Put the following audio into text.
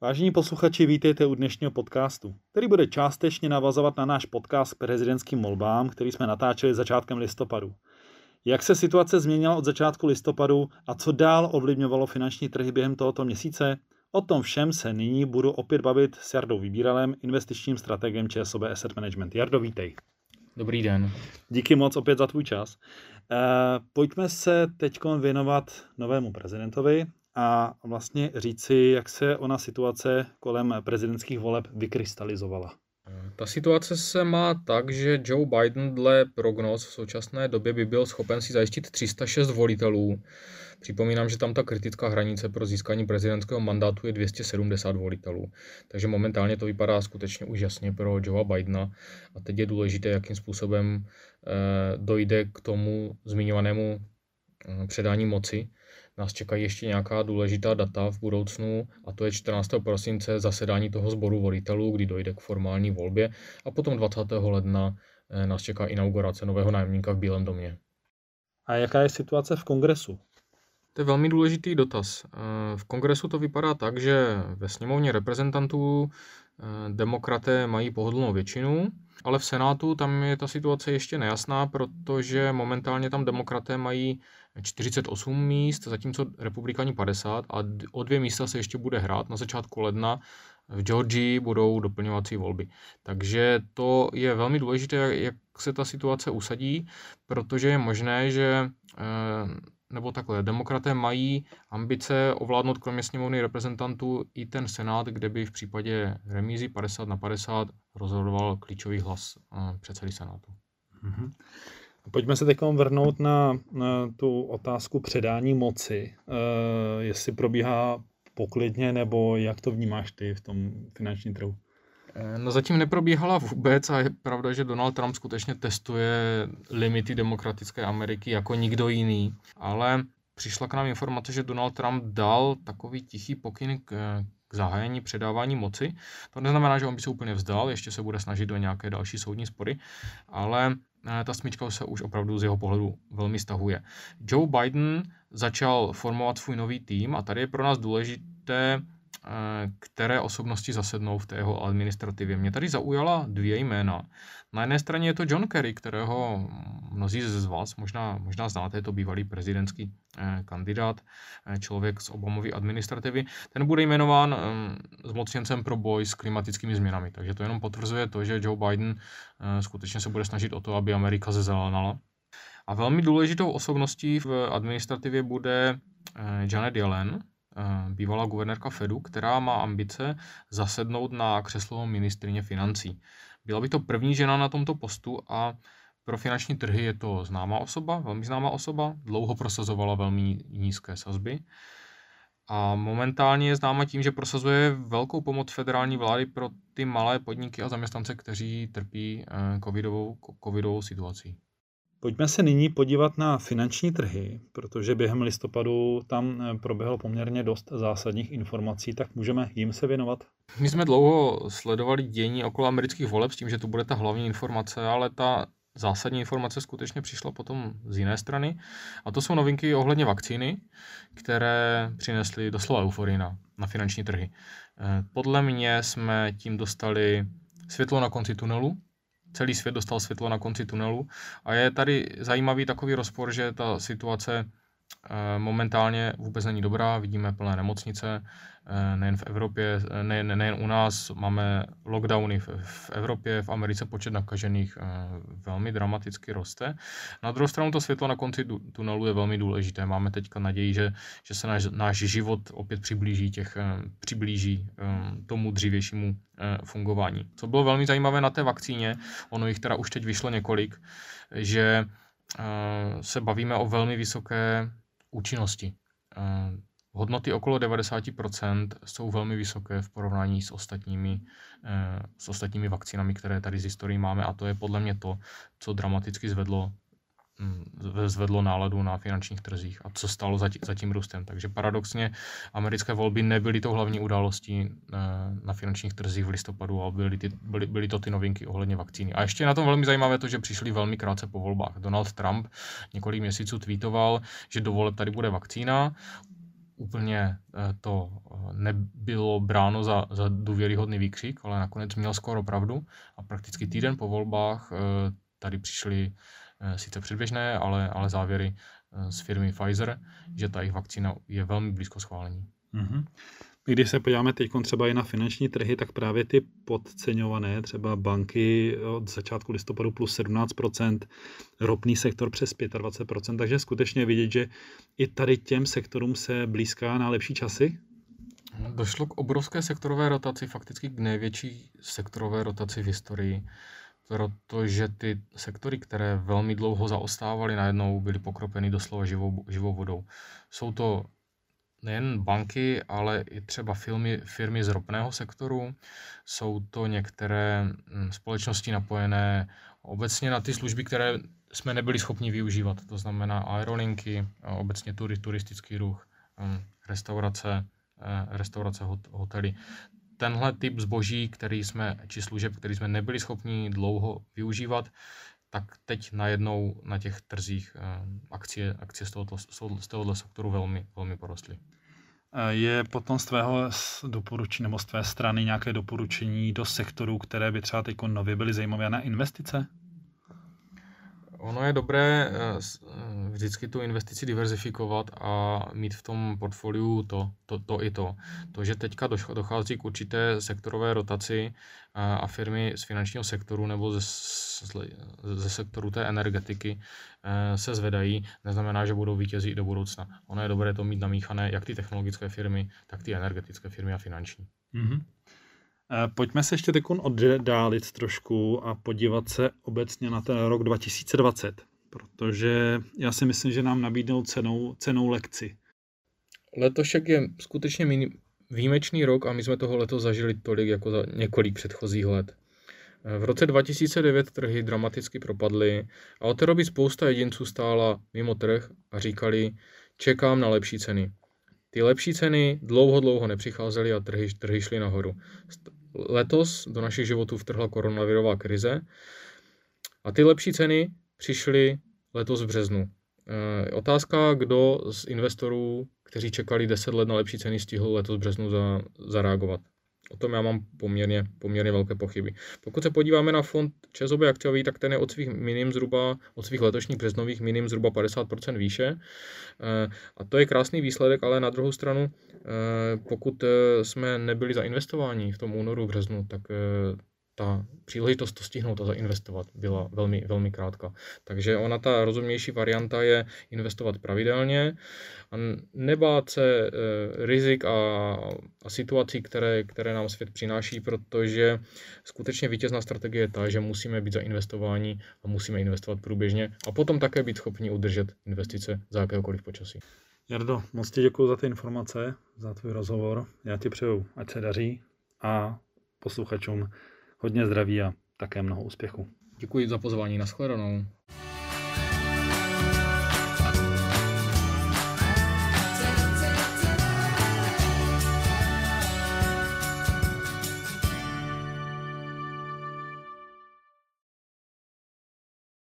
Vážení posluchači, vítejte u dnešního podcastu, který bude částečně navazovat na náš podcast k prezidentským volbám, který jsme natáčeli začátkem listopadu. Jak se situace změnila od začátku listopadu a co dál ovlivňovalo finanční trhy během tohoto měsíce? O tom všem se nyní budu opět bavit s Jardou Vybíralem, investičním strategem ČSOB Asset Management. Jardo, vítej. Dobrý den. Díky moc opět za tvůj čas. Pojďme se teď věnovat novému prezidentovi a vlastně říci, jak se ona situace kolem prezidentských voleb vykrystalizovala. Ta situace se má tak, že Joe Biden dle prognóz v současné době by byl schopen si zajistit 306 volitelů. Připomínám, že tam ta kritická hranice pro získání prezidentského mandátu je 270 volitelů. Takže momentálně to vypadá skutečně už jasně pro Joea Bidena. A teď je důležité, jakým způsobem dojde k tomu zmiňovanému předání moci. Nás čekají ještě nějaká důležitá data v budoucnu, a to je 14. prosince zasedání toho sboru volitelů, kdy dojde k formální volbě, a potom 20. ledna nás čeká inaugurace nového nájemníka v Bílém domě. A jaká je situace v kongresu? To je velmi důležitý dotaz. V kongresu to vypadá tak, že ve sněmovně reprezentantů demokraté mají pohodlnou většinu, ale v Senátu tam je ta situace ještě nejasná, protože momentálně tam demokraté mají 48 míst, zatímco republikáni 50, a o 2 místa se ještě bude hrát. Na začátku ledna v Georgii budou doplňovací volby. Takže to je velmi důležité, jak se ta situace usadí, protože je možné, že nebo takhle, demokraté mají ambice ovládnout kromě sněmovny reprezentantů i ten Senát, kde by v případě remízy 50-50 rozhodoval klíčový hlas předsedy Senátu. Mm-hmm. Pojďme se teď vrhnout na tu otázku předání moci. Jestli probíhá poklidně, nebo jak to vnímáš ty v tom finančním trhu? No zatím neprobíhala vůbec a je pravda, že Donald Trump skutečně testuje limity demokratické Ameriky jako nikdo jiný, ale přišla k nám informace, že Donald Trump dal takový tichý pokyn k zahájení předávání moci. To neznamená, že on by se úplně vzdal, ještě se bude snažit do nějaké další soudní spory, ale ta smyčka se už opravdu z jeho pohledu velmi stahuje. Joe Biden začal formovat svůj nový tým a tady je pro nás důležité, které osobnosti zasednou v té jeho administrativě. Mě tady zaujala 2 jména. Na jedné straně je to John Kerry, kterého mnozí z vás možná znáte, je to bývalý prezidentský kandidát, člověk z Obamovy administrativy. Ten bude jmenován zmocněncem pro boj s klimatickými změnami. Takže to jenom potvrzuje to, že Joe Biden skutečně se bude snažit o to, aby Amerika zezelenala. A velmi důležitou osobností v administrativě bude Janet Yellen, bývalá guvernérka Fedu, která má ambice zasednout na křeslo ministryně financí. Byla by to první žena na tomto postu a pro finanční trhy je to známá osoba, velmi známá osoba, dlouho prosazovala velmi nízké sazby a momentálně je známa tím, že prosazuje velkou pomoc federální vlády pro ty malé podniky a zaměstnance, kteří trpí covidovou situací. Pojďme se nyní podívat na finanční trhy, protože během listopadu tam proběhlo poměrně dost zásadních informací, tak můžeme jim se věnovat. My jsme dlouho sledovali dění okolo amerických voleb s tím, že to bude ta hlavní informace, ale ta zásadní informace skutečně přišla potom z jiné strany. A to jsou novinky ohledně vakcíny, které přinesly doslova euforii na finanční trhy. Podle mě jsme tím dostali světlo na konci tunelu. Celý svět dostal světlo na konci tunelu a je tady zajímavý takový rozpor, že ta situace momentálně vůbec není dobrá. Vidíme plné nemocnice, nejen v Evropě, nejen u nás, máme lockdowny v Evropě, v Americe počet nakažených velmi dramaticky roste. Na druhou stranu to světlo na konci tunelu je velmi důležité. Máme teďka naději, že se náš život opět přiblíží tomu dřívějšímu fungování. Co bylo velmi zajímavé na té vakcíně, ono jich teda už teď vyšlo několik, že se bavíme o velmi vysoké účinnosti. Hodnoty okolo 90% jsou velmi vysoké v porovnání s ostatními vakcínami, které tady z historií máme, a to je podle mě to, co dramaticky zvedlo náladu na finančních trzích a co stalo za tím růstem. Takže paradoxně americké volby nebyly tou hlavní událostí na finančních trzích v listopadu, ale byly to ty novinky ohledně vakcíny. A ještě na tom velmi zajímavé to, že přišli velmi krátce po volbách. Donald Trump několik měsíců tweetoval, že do voleb tady bude vakcína. úplně to nebylo bráno za důvěryhodný výkřik, ale nakonec měl skoro pravdu a prakticky týden po volbách tady přišly sice předběžné, ale závěry z firmy Pfizer, že ta jejich vakcína je velmi blízko schválení. Mm-hmm. Když se podíváme teď třeba i na finanční trhy, tak právě ty podceňované, třeba banky od začátku listopadu plus 17%, ropný sektor přes 25%, takže skutečně vidět, že i tady těm sektorům se blízká na lepší časy? Došlo k obrovské sektorové rotaci, fakticky k největší sektorové rotaci v historii, protože ty sektory, které velmi dlouho zaostávaly, najednou byly pokropeny doslova živou vodou. Jsou to nejen banky, ale i třeba firmy z ropného sektoru. Jsou to některé společnosti napojené obecně na ty služby, které jsme nebyli schopni využívat. To znamená aerolinky, obecně turistický ruch, restaurace, hotely. Tenhle typ zboží, či služeb, který jsme nebyli schopni dlouho využívat, tak teď najednou na těch trzích akcie z tohoto sektoru velmi, velmi porostly. Je potom z tvého doporučení nebo z tvé strany nějaké doporučení do sektorů, které by třeba teď nově byly zajímavé na investice? Ono je dobré vždycky tu investici diverzifikovat a mít v tom portfoliu to i to. To, že teďka dochází k určité sektorové rotaci a firmy z finančního sektoru nebo ze sektoru té energetiky se zvedají, neznamená, že budou vítězí i do budoucna. Ono je dobré to mít namíchané jak ty technologické firmy, tak ty energetické firmy a finanční. Mm-hmm. Pojďme se ještě teď oddálit trošku a podívat se obecně na ten rok 2020, protože já si myslím, že nám nabídnou cenou lekci. Letošek je skutečně výjimečný rok a my jsme toho letos zažili tolik jako za několik předchozích let. V roce 2009 trhy dramaticky propadly a od té doby spousta jedinců stála mimo trh a říkali, čekám na lepší ceny. Ty lepší ceny dlouho nepřicházely a trhy šly nahoru. Letos do našich životů vtrhla koronavirová krize a ty lepší ceny přišly letos v březnu. Otázka, kdo z investorů, kteří čekali 10 let na lepší ceny, stihl letos v březnu zareagovat. O tom já mám poměrně velké pochyby. Pokud se podíváme na fond ČSOB akciový, tak ten je od svých letošních březnových minim zhruba 50% výše. A to je krásný výsledek, ale na druhou stranu, pokud jsme nebyli zainvestováni v tom únoru, březnu, tak ta příležitost to stihnout a zainvestovat byla velmi, velmi krátká. Takže ta rozumnější varianta je investovat pravidelně a nebát se rizik a situací, které nám svět přináší, protože skutečně vítězná strategie je ta, že musíme být zainvestováni a musíme investovat průběžně a potom také být schopni udržet investice za jakéhokoliv počasí. Jardo, moc ti děkuji za ty informace, za tvůj rozhovor. Já ti přeju, ať se daří a posluchačům hodně zdraví a také mnoho úspěchu. Děkuji za pozvání, nashledanou.